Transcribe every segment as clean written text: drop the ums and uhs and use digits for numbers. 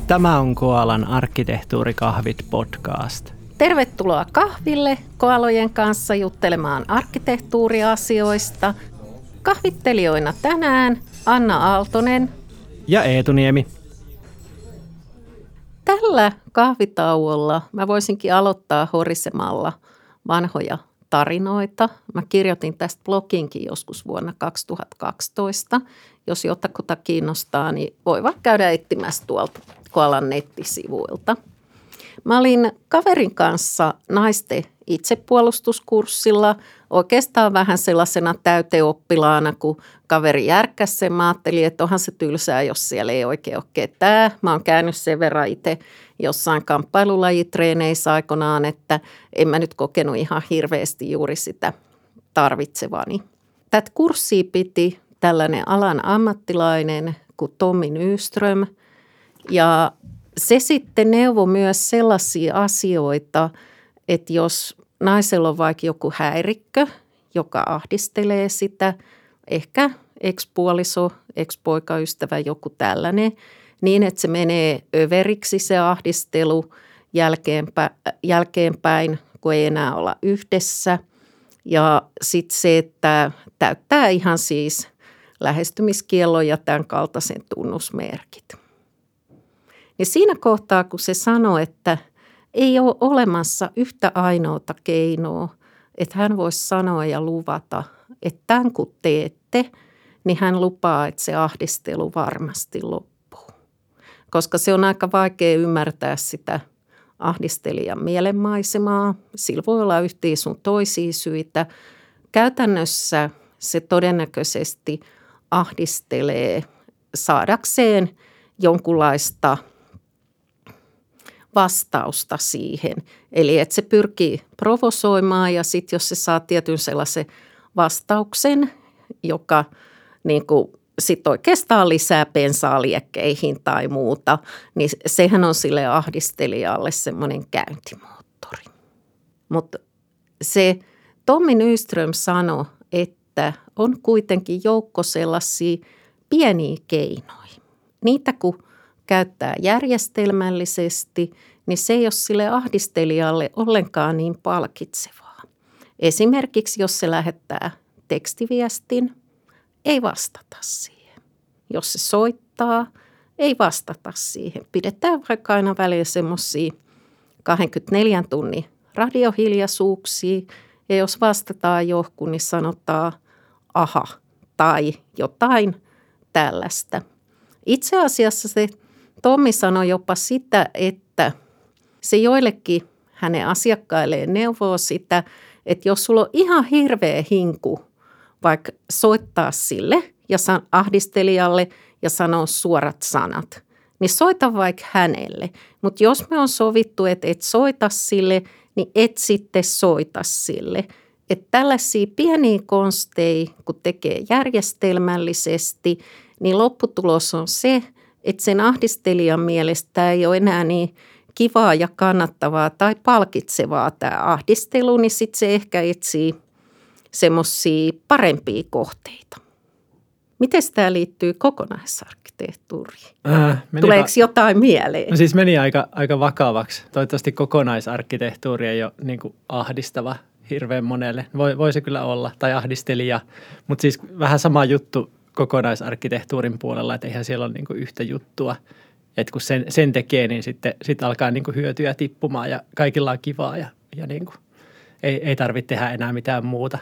Tämä on Koalan arkkitehtuurikahvit podcast. Tervetuloa kahville koalojen kanssa juttelemaan arkkitehtuuriasioista. Kahvittelijoina tänään Anna Aaltonen ja Eetu Niemi. Tällä kahvitauolla mä voisinkin aloittaa horisemalla vanhoja tarinoita. Mä kirjoitin tästä bloginkin joskus vuonna 2012. Jos jotakuta kiinnostaa, niin voi vaan käydä etsimässä tuolta Koalan nettisivuilta. Mä olin kaverin kanssa naisten itsepuolustuskurssilla, oikeastaan vähän sellaisena täyteoppilaana, kun kaveri järkkäsi sen. Mä ajattelin, että onhan se tylsää, jos siellä ei oikein ole ketään. Mä oon käynyt sen verran itse jossain kamppailulajitreeneissä aikanaan, että en mä nyt kokenut ihan hirveästi juuri sitä tarvitsevani. Tätä kurssia piti tällainen alan ammattilainen kuin Tommi Nyström ja se sitten neuvoi myös sellaisia asioita, että jos naisella on vaikka joku häirikkö, joka ahdistelee sitä, ehkä ex-puoliso, ex-poikaystävä, joku tällainen, niin että se menee överiksi se ahdistelu jälkeenpäin, kun ei enää olla yhdessä. Ja sitten se, että täyttää ihan siis lähestymiskiellon ja tämän kaltaisen tunnusmerkit. Ja siinä kohtaa, kun se sanoi, että ei ole olemassa yhtä ainoata keinoa, että hän voisi sanoa ja luvata, että tämän kun teette, niin hän lupaa, että se ahdistelu varmasti loppuu. Koska se on aika vaikea ymmärtää sitä ahdistelijan mielenmaisemaa. Sillä voi olla yhtiä sun toisia syitä. Käytännössä se todennäköisesti ahdistelee saadakseen jonkunlaista vastausta siihen. Eli että se pyrkii provosoimaan ja sitten jos se saa tietyn sellaisen vastauksen, joka niin kuin sitten oikeastaan lisää bensaa liekkeihin tai muuta, niin sehän on sille ahdistelijalle semmoinen käyntimoottori. Mutta se Tommi Nyström sanoi, että on kuitenkin joukko sellaisia pieniä keinoja. Niitä kun käyttää järjestelmällisesti, niin se ei ole sille ahdistelijalle ollenkaan niin palkitsevaa. Esimerkiksi jos se lähettää tekstiviestin, ei vastata siihen. Jos se soittaa, ei vastata siihen. Pidetään vaikka aina välillä semmoisia 24 tunnin radiohiljaisuuksia, ja jos vastataan johonkin, niin sanotaan aha tai jotain tällaista. Itse asiassa se Tommi sanoi jopa sitä, että se joillekin hänen asiakkailleen neuvoo sitä, että jos sulla on ihan hirveä hinku vaikka soittaa sille ja ahdistelijalle ja sanoa suorat sanat, niin soita vaikka hänelle. Mutta jos me on sovittu, että et soita sille, niin et sitten soita sille. Että tällaisia pieniä konsteja, kun tekee järjestelmällisesti, niin lopputulos on se, että sen ahdistelijan mielestä ei ole enää niin kivaa ja kannattavaa tai palkitsevaa tämä ahdistelu, niin sitten se ehkä etsii semmoisia parempia kohteita. Miten tämä liittyy kokonaisarkkitehtuuriin? Tuleeko jotain mieleen? No siis meni aika vakavaksi. Toivottavasti kokonaisarkkitehtuuri ei ole niin kuin ahdistava hirveän monelle. Voi se kyllä olla, tai ahdistelija, mutta siis vähän sama juttu kokonaisarkkitehtuurin puolella, että eihän siellä ole niin kuin yhtä juttua. Että kun sen tekee, niin sitten alkaa niin kuin hyötyä tippumaan ja kaikilla on kivaa ja niin kuin ei tarvitse tehdä enää mitään muuta.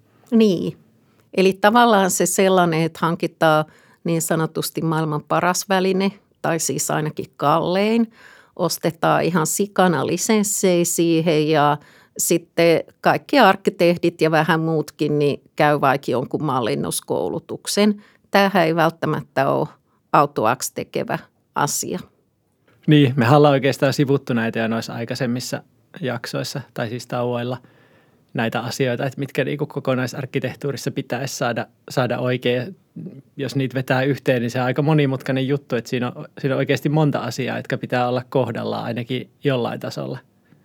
Niin, eli tavallaan se sellainen, että hankitaan niin sanotusti maailman paras väline, tai siis ainakin kallein, ostetaan ihan sikana lisenssejä siihen ja sitten kaikki arkkitehdit ja vähän muutkin niin käy vaikka jonkun mallinnuskoulutuksen. Tämähän ei välttämättä ole autuaaksi tekevä asia. Niin, me ollaan oikeastaan sivuttu näitä jo noissa aikaisemmissa jaksoissa tai siis tauoilla näitä asioita, että mitkä niin kuin kokonaisarkkitehtuurissa pitäisi saada oikein. Jos niitä vetää yhteen, niin se on aika monimutkainen juttu, että siinä on oikeasti monta asiaa, jotka pitää olla kohdallaan ainakin jollain tasolla.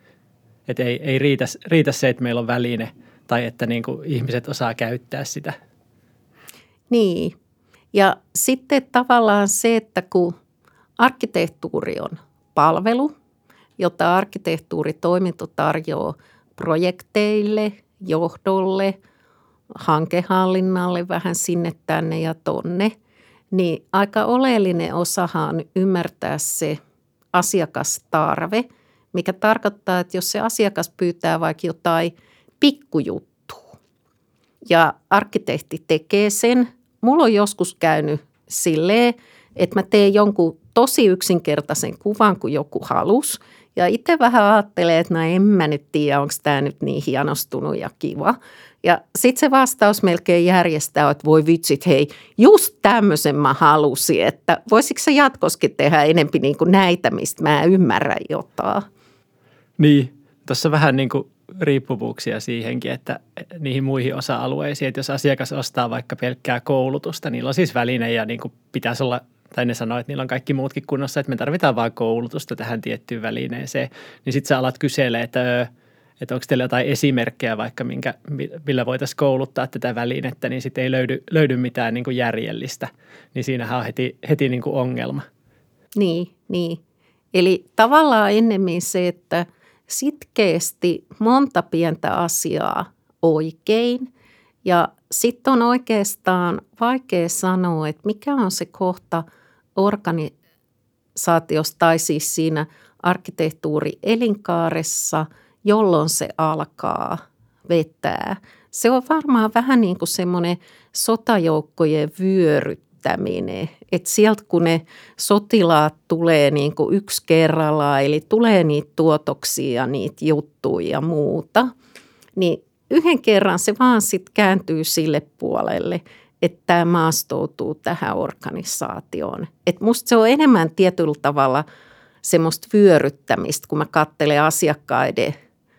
Että ei riitä se, että meillä on väline tai että niin kuin ihmiset osaa käyttää sitä. Niin. Ja sitten tavallaan se, että kun Arkkitehtuuri on palvelu, jota arkkitehtuuritoiminto tarjoaa projekteille, johdolle, hankehallinnalle vähän sinne, tänne ja tonne. Niin aika oleellinen osahan on ymmärtää se asiakastarve, mikä tarkoittaa, että jos se asiakas pyytää vaikka jotain pikkujuttua ja arkkitehti tekee sen, mulla on joskus käynyt silleen, että mä teen jonkun tosi yksinkertaisen kuvan, kun joku halusi. Ja itse vähän ajattelee, että no en mä nyt tiedä, onko tämä nyt niin hienostunut ja kiva. Ja sitten se vastaus melkein järjestää, että voi vitsit, hei, just tämmöisen mä halusin, että voisiko se jatkoskin tehdä enempi niin kuin näitä, mistä mä ymmärrän jotain. Niin, tuossa vähän niin kuin riippuvuuksia siihenkin, että niihin muihin osa-alueisiin, että jos asiakas ostaa vaikka pelkkää koulutusta, niillä on siis väline ja niin kuin pitäisi olla, tai ne sanoo, että niillä on kaikki muutkin kunnossa, että me tarvitaan vain koulutusta tähän tiettyyn välineeseen, niin sitten sä alat kyselemään, että onko teillä jotain esimerkkejä vaikka, millä voitaisiin kouluttaa tätä välinettä, niin sitten ei löydy mitään niin kuin järjellistä, niin siinähän on heti niin kuin ongelma. Niin. Eli tavallaan ennemmin se, että sitkeästi monta pientä asiaa oikein ja sitten on oikeastaan vaikea sanoa, että mikä on se kohta organisaatiossa tai siis siinä arkkitehtuuri-elinkaaressa, jolloin se alkaa vetää. Se on varmaan vähän niin kuin semmoinen sotajoukkojen vyöryttäminen, että sieltä kun ne sotilaat tulee niin kuin yksi kerrallaan, eli tulee niitä tuotoksia, niitä juttuja ja muuta, niin yhden kerran se vaan sitten kääntyy sille puolelle, että tämä maastoutuu tähän organisaatioon. Että musta se on enemmän tietyllä tavalla semmoista vyöryttämistä, kun mä katselen asiakkaiden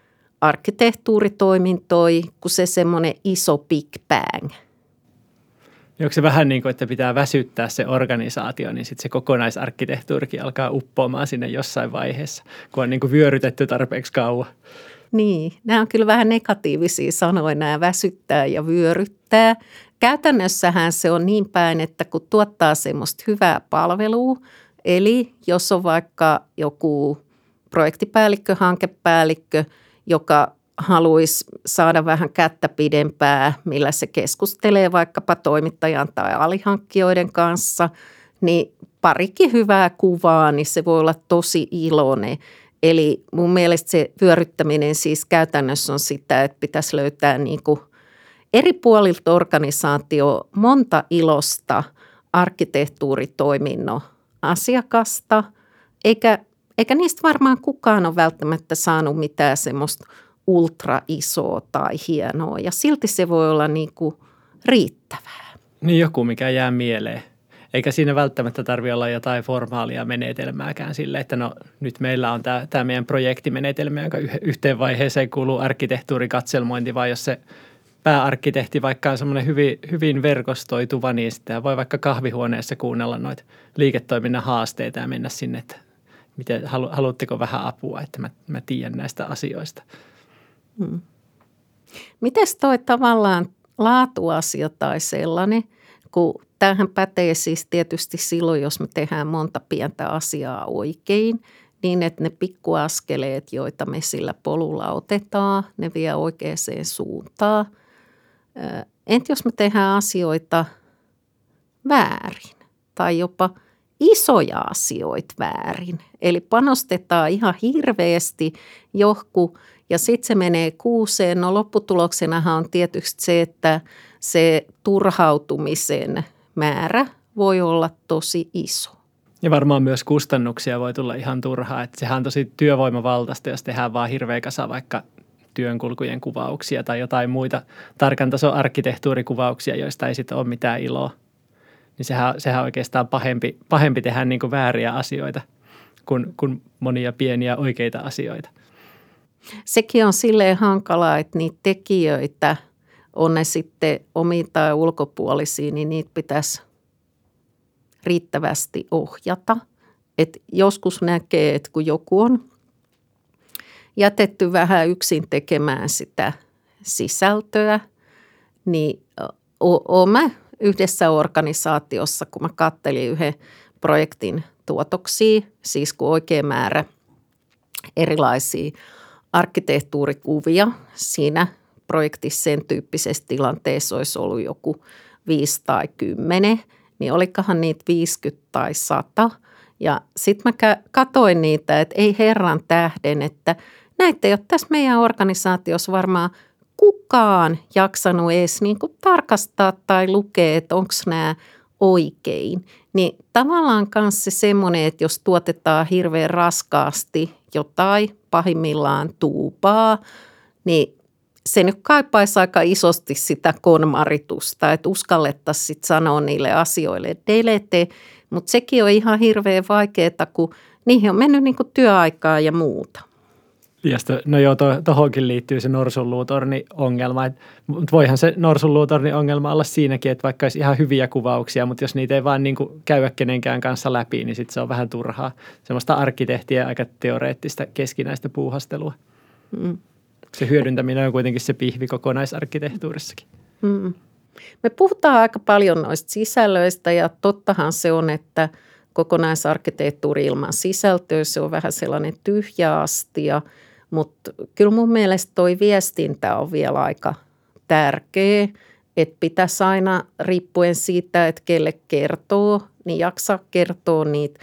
arkkitehtuuritoimintoja, kun se semmoinen iso big bang. Onko se vähän niin kuin, että pitää väsyttää se organisaatio, niin sitten se kokonaisarkkitehtuurikin alkaa uppoamaan sinne jossain vaiheessa, kun on niin kuin vyörytetty tarpeeksi kauan. Niin, nämä on kyllä vähän negatiivisia sanoja, nämä väsyttää ja vyöryttää. Käytännössähän se on niin päin, että kun tuottaa semmoista hyvää palvelua, eli jos on vaikka joku projektipäällikkö, hankepäällikkö, joka haluaisi saada vähän kättä pidempää, millä se keskustelee vaikkapa toimittajan tai alihankkijoiden kanssa, niin parikin hyvää kuvaa, niin se voi olla tosi iloinen. Eli mun mielestä se vyöryttäminen siis käytännössä on sitä, että pitäisi löytää niin kuin eri puolilta organisaatio monta ilosta arkkitehtuuritoiminnon asiakasta, eikä niistä varmaan kukaan ole välttämättä saanut mitään semmoista ultra isoa tai hienoa ja silti se voi olla niin kuin riittävää. Niin joku, mikä jää mieleen. Eikä siinä välttämättä tarvitse olla jotain formaalia menetelmääkään sille, että no nyt meillä on tämä meidän projektimenetelmä, jonka yhteen vaiheeseen kuuluu arkkitehtuurikatselmointi, vai jos se pääarkkitehti vaikka on semmoinen hyvin verkostoituva, niin sitä voi vaikka kahvihuoneessa kuunnella noita liiketoiminnan haasteita ja mennä sinne, että miten, haluatteko vähän apua, että mä tiedän näistä asioista. Mites toi tavallaan laatuasia tai sellainen, kun tämähän pätee siis tietysti silloin, jos me tehdään monta pientä asiaa oikein, niin että ne pikkuaskeleet, joita me sillä polulla otetaan, ne vie oikeaan suuntaan. Entä jos me tehdään asioita väärin tai jopa isoja asioita väärin? Eli panostetaan ihan hirveästi johonkin ja sitten se menee kuuseen. No lopputuloksenahan on tietysti se, että se turhautumisen määrä voi olla tosi iso. Ja varmaan myös kustannuksia voi tulla ihan turhaa, että sehän on tosi työvoimavaltaista, jos tehdään vaan hirveä kasa vaikka työnkulkujen kuvauksia tai jotain muita tarkan tason arkkitehtuurikuvauksia, joista ei sitten ole mitään iloa. Niin sehän on oikeastaan pahempi tehdä niin kuin vääriä asioita kuin monia pieniä oikeita asioita. Sekin on silleen hankalaa, että niitä tekijöitä, on ne sitten omia tai ulkopuolisia, niin niitä pitäisi riittävästi ohjata. Et joskus näkee, että kun joku on jätetty vähän yksin tekemään sitä sisältöä, niin olen mä yhdessä organisaatiossa, kun mä kattelin yhden projektin tuotoksia, siis kun oikea määrä erilaisia arkkitehtuurikuvia siinä projektissa sen tyyppisessä tilanteessa olisi ollut joku 5 tai 10, niin olikohan niitä 50 tai 100. Ja sitten mä katoin niitä, että ei herran tähden, että näitä ei ole tässä meidän organisaatiossa varmaan kukaan jaksanut edes niin kuin tarkastaa tai lukea, että onko nämä oikein. Niin tavallaan kanssa semmoinen, että jos tuotetaan hirveän raskaasti jotain, pahimmillaan tuupaa, niin se nyt kaipaisi aika isosti sitä konmaritusta, että uskallettaisiin sitten sanoa niille asioille delete, mutta sekin on ihan hirveän vaikeaa, kun niihin on mennyt niin kuin työaikaa ja muuta. Ja no joo, tuohonkin liittyy se norsunluutorni-ongelma, mutta voihan se norsunluutorni-ongelma olla siinäkin, että vaikka olisi ihan hyviä kuvauksia, mutta jos niitä ei vaan niin kuin käydä kenenkään kanssa läpi, niin sitten se on vähän turhaa. Semmoista arkkitehtien aika teoreettista keskinäistä puuhastelua. Mm. Se hyödyntäminen on kuitenkin se pihvi kokonaisarkkitehtuurissakin. Mm. Me puhutaan aika paljon noista sisällöistä ja tottahan se on, että kokonaisarkkitehtuuri ilman sisältöä, se on vähän sellainen tyhjä astia, mutta kyllä mun mielestä toi viestintä on vielä aika tärkeä, että pitäisi aina riippuen siitä, että kelle kertoo, niin jaksaa kertoa niitä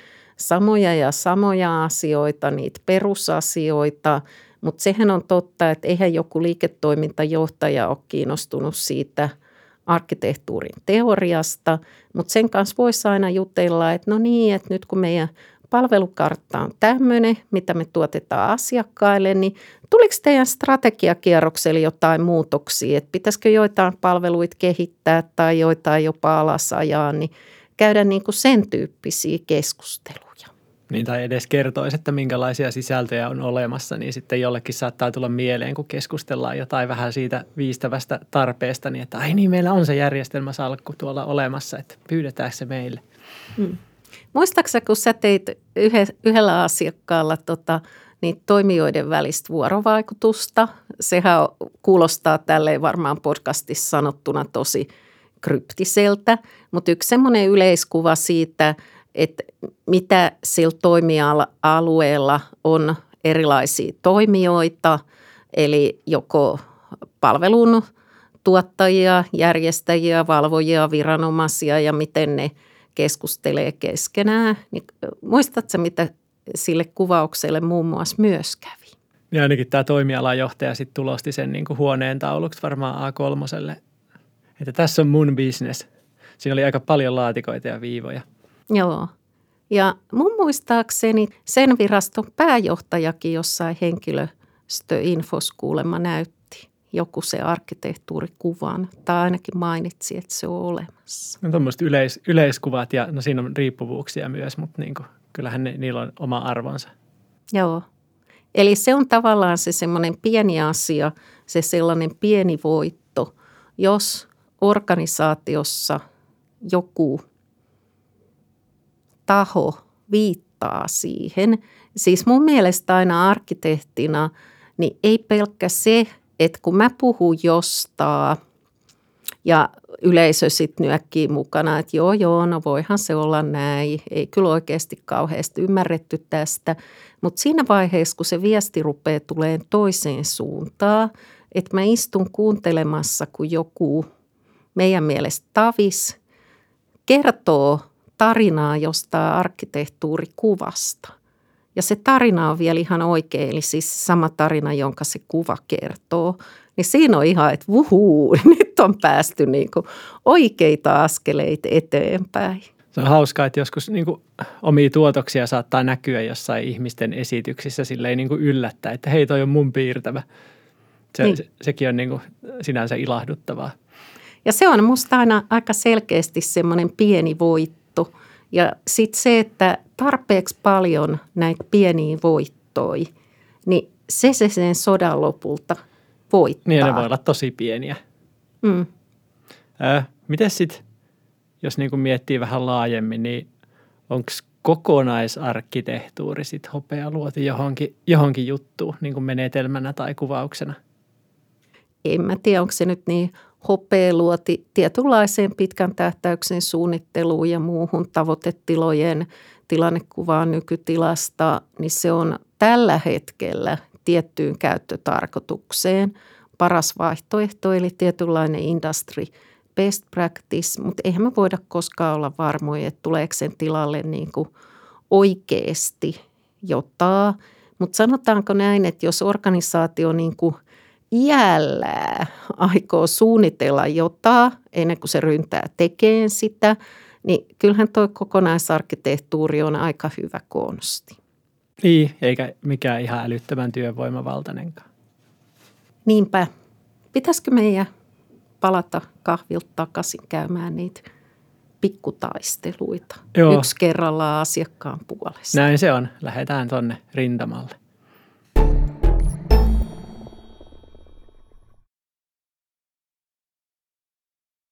samoja asioita, niitä perusasioita, mutta sehän on totta, että eihän joku liiketoimintajohtaja ole kiinnostunut siitä arkkitehtuurin teoriasta, mutta sen kanssa voisi aina jutella, että no niin, että nyt kun meidän palvelukartta on tämmöinen, mitä me tuotetaan asiakkaille, niin tuliko teidän strategiakierroksella jotain muutoksia, että pitäisikö joitain palveluita kehittää tai joitain jopa alasajaa, niin käydä niin kuin sen tyyppisiä keskusteluja. Niin, tai edes kertoisi, että minkälaisia sisältöjä on olemassa, niin sitten jollekin saattaa tulla mieleen, kun keskustellaan jotain vähän siitä viistävästä tarpeesta, niin että ai niin, meillä on se järjestelmäsalkku tuolla olemassa, että pyydetäänkö se meille. Muistaaksä, kun sä teit yhdellä asiakkaalla niin toimijoiden välistä vuorovaikutusta, sehän kuulostaa tälleen varmaan podcastissa sanottuna tosi kryptiseltä, mutta yksi semmoinen yleiskuva siitä, että mitä sillä toimiala-alueella on erilaisia toimijoita, eli joko palvelun tuottajia, järjestäjiä, valvojia, viranomaisia ja miten ne keskustelee keskenään. Niin muistatko, mitä sille kuvaukselle muun muassa myös kävi? Ja ainakin tämä toimialajohtaja sitten tulosti sen niin kuin huoneen tauluksi varmaan A3, että tässä on mun business. Siinä oli aika paljon laatikoita ja viivoja. Joo. Ja mun muistaakseni sen viraston pääjohtajakin jossain henkilöstöinfos kuulemma näytti joku se arkkitehtuurikuvan. Tai ainakin mainitsi, että se on olemassa. No tuommoiset yleiskuvat ja no siinä on riippuvuuksia myös, mutta niin kuin, kyllähän niillä on oma arvonsa. Joo. Eli se on tavallaan se semmoinen pieni asia, se sellainen pieni voitto, jos organisaatiossa joku taho viittaa siihen. Siis mun mielestä aina arkkitehtina, niin ei pelkkä se, että kun mä puhun jostain ja yleisö sitten nyökkii mukana, että joo, no voihan se olla näin. Ei kyllä oikeasti kauheasti ymmärretty tästä. Mutta siinä vaiheessa, kun se viesti rupeaa tulemaan toiseen suuntaan, että mä istun kuuntelemassa, kun joku meidän mielestä tavis kertoo tarinaa jostain arkkitehtuurikuvasta. Ja se tarina on vielä ihan oikein, eli siis sama tarina, jonka se kuva kertoo. Niin siinä on ihan, että vuhuu, nyt on päästy niin kuin oikeita askeleita eteenpäin. Se on hauskaa, että joskus niin kuin omia tuotoksia saattaa näkyä jossain ihmisten esityksissä silleen niin kuin yllättää, että hei, toi on mun piirtämä. Sekin on niin kuin sinänsä ilahduttavaa. Ja se on musta aina aika selkeästi semmoinen pieni voitto. Ja sitten se, että tarpeeksi paljon näitä pieniä voittoja, niin se sen sodan lopulta voittaa. Niin, ne voi olla tosi pieniä. Miten sitten, jos niinku miettii vähän laajemmin, niin onko kokonaisarkkitehtuuri sitten hopealuoti johonkin juttuun, niin kuin menetelmänä tai kuvauksena? En mä tiedä, onko se nyt niin hopealuoti tietynlaiseen pitkän tähtäyksen suunnitteluun ja muuhun tavoitetilojen tilannekuvaan nykytilasta, niin se on tällä hetkellä tiettyyn käyttötarkoitukseen paras vaihtoehto, eli tietynlainen industry best practice, mutta eihän me voida koskaan olla varmoja, että tuleeko sen tilalle niin kuin oikeasti jotain. Mutta sanotaanko näin, että jos organisaatio niin kuin iällään aikoo suunnitella jotain ennen kuin se ryntää tekemään sitä, niin kyllähän tuo kokonaisarkkitehtuuri on aika hyvä konsti. Niin, eikä mikään ihan älyttömän työvoimavaltainenkaan. Niinpä. Pitäisikö meidän palata kahvilta takaisin käymään niitä pikkutaisteluita? Joo. Yksi kerrallaan asiakkaan puolesta. Näin se on. Lähdetään tonne rintamalle.